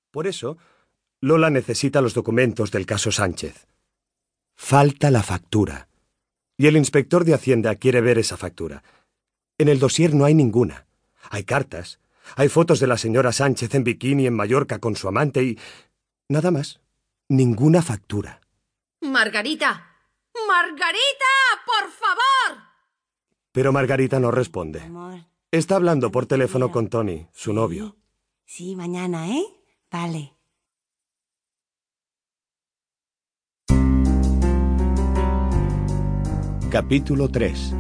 Por eso, Lola necesita los documentos del caso Sánchez. Falta la factura. Y el inspector de Hacienda quiere ver esa factura. En el dossier no hay ninguna. Hay cartas, hay fotos de la señora Sánchez en bikini en Mallorca con su amante y... nada más. Ninguna factura. ¡Margarita! ¡Margarita! ¡Por favor! Pero Margarita no responde. Amor, Está hablando por teléfono con Tony, su novio. sí, mañana, ¿eh? Vale. Capítulo 3.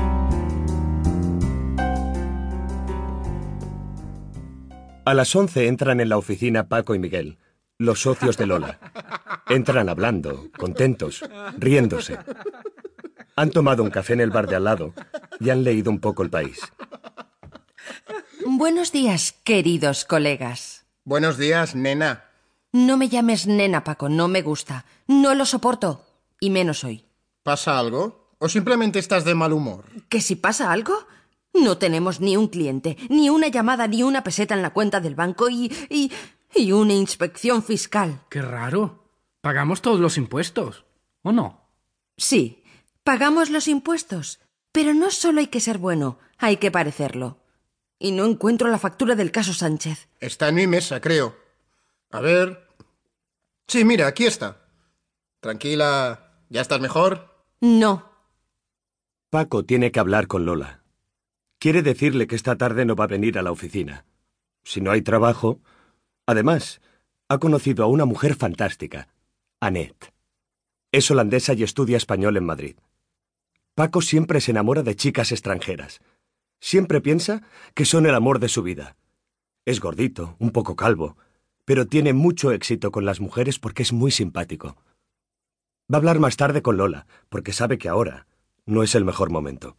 A las 11 entran en la oficina Paco y Miguel, los socios de Lola. Entran hablando, contentos, riéndose. Han tomado un café en el bar de al lado y han leído un poco El País. Buenos días, queridos colegas. Buenos días, nena. No me llames nena, Paco, no me gusta. No lo soporto, y menos hoy. ¿Pasa algo? ¿O simplemente estás de mal humor? ¿Que si pasa algo? No tenemos ni un cliente, ni una llamada, ni una peseta en la cuenta del banco y una inspección fiscal. Qué raro. Pagamos todos los impuestos, ¿o no? Sí, pagamos los impuestos, pero no solo hay que ser bueno, hay que parecerlo. Y no encuentro la factura del caso Sánchez. Está en mi mesa, creo. A ver... Sí, mira, aquí está. Tranquila, ¿ya estás mejor? No. Paco tiene que hablar con Lola. Quiere decirle que esta tarde no va a venir a la oficina. Si no hay trabajo... Además, ha conocido a una mujer fantástica, Annette. Es holandesa y estudia español en Madrid. Paco siempre se enamora de chicas extranjeras. Siempre piensa que son el amor de su vida. Es gordito, un poco calvo, pero tiene mucho éxito con las mujeres porque es muy simpático. Va a hablar más tarde con Lola, porque sabe que ahora no es el mejor momento.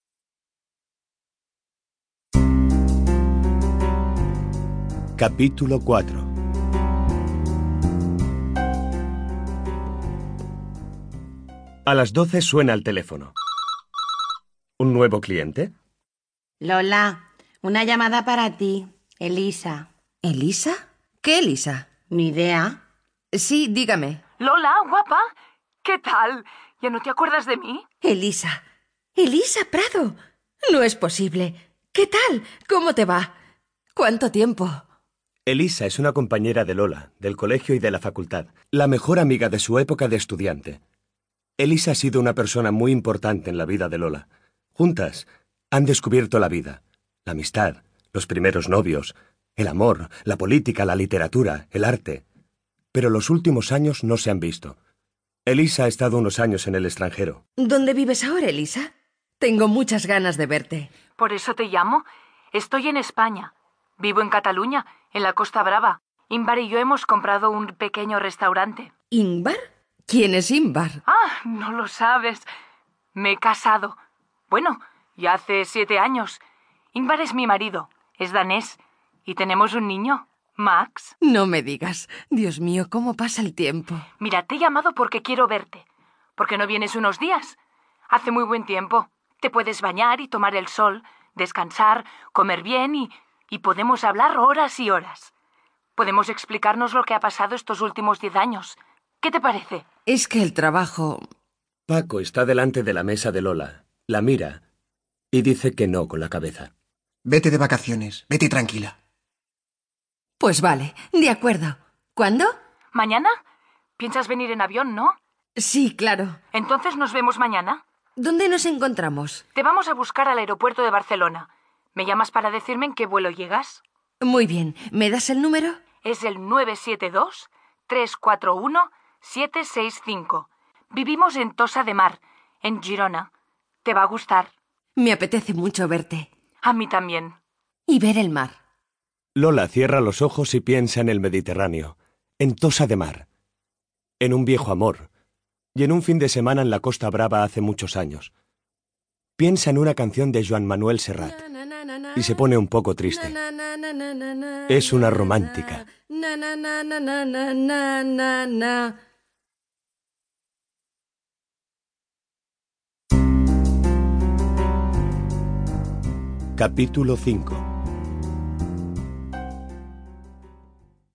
Capítulo 4. A las 12 suena el teléfono. ¿Un nuevo cliente? Lola, una llamada para ti. Elisa. ¿Elisa? ¿Qué Elisa? Ni idea. Sí, dígame. Lola, guapa, ¿qué tal? ¿Ya no te acuerdas de mí? Elisa. Elisa Prado. No es posible. ¿Qué tal? ¿Cómo te va? ¿Cuánto tiempo? Elisa es una compañera de Lola, del colegio y de la facultad, la mejor amiga de su época de estudiante. Elisa ha sido una persona muy importante en la vida de Lola. Juntas han descubierto la vida, la amistad, los primeros novios, el amor, la política, la literatura, el arte. Pero los últimos años no se han visto. Elisa ha estado unos años en el extranjero. ¿Dónde vives ahora, Elisa? Tengo muchas ganas de verte. Por eso te llamo. Estoy en España. Vivo en Cataluña, en la Costa Brava. Ímbar y yo hemos comprado un pequeño restaurante. ¿Ímbar? ¿Quién es Ímbar? Ah, no lo sabes. Me he casado. Bueno, ya hace 7 años. Ímbar es mi marido. Es danés. Y tenemos un niño, Max. No me digas. Dios mío, ¿cómo pasa el tiempo? Mira, te he llamado porque quiero verte. ¿Por qué no vienes unos días? Hace muy buen tiempo. Te puedes bañar y tomar el sol, descansar, comer bien y podemos hablar horas y horas. Podemos explicarnos lo que ha pasado estos últimos 10 años. ¿Qué te parece? Es que el trabajo... Paco está delante de la mesa de Lola, la mira y dice que no con la cabeza. Vete de vacaciones, vete tranquila. Pues vale, de acuerdo. ¿Cuándo? ¿Mañana? ¿Piensas venir en avión, no? Sí, claro. Entonces nos vemos mañana. ¿Dónde nos encontramos? Te vamos a buscar al aeropuerto de Barcelona. ¿Me llamas para decirme en qué vuelo llegas? Muy bien. ¿Me das el número? Es el 972-341-765. Vivimos en Tossa de Mar, en Girona. Te va a gustar. Me apetece mucho verte. A mí también. Y ver el mar. Lola cierra los ojos y piensa en el Mediterráneo, en Tossa de Mar, en un viejo amor, y en un fin de semana en la Costa Brava hace muchos años. Piensa en una canción de Joan Manuel Serrat y se pone un poco triste. Es una romántica. Capítulo 5.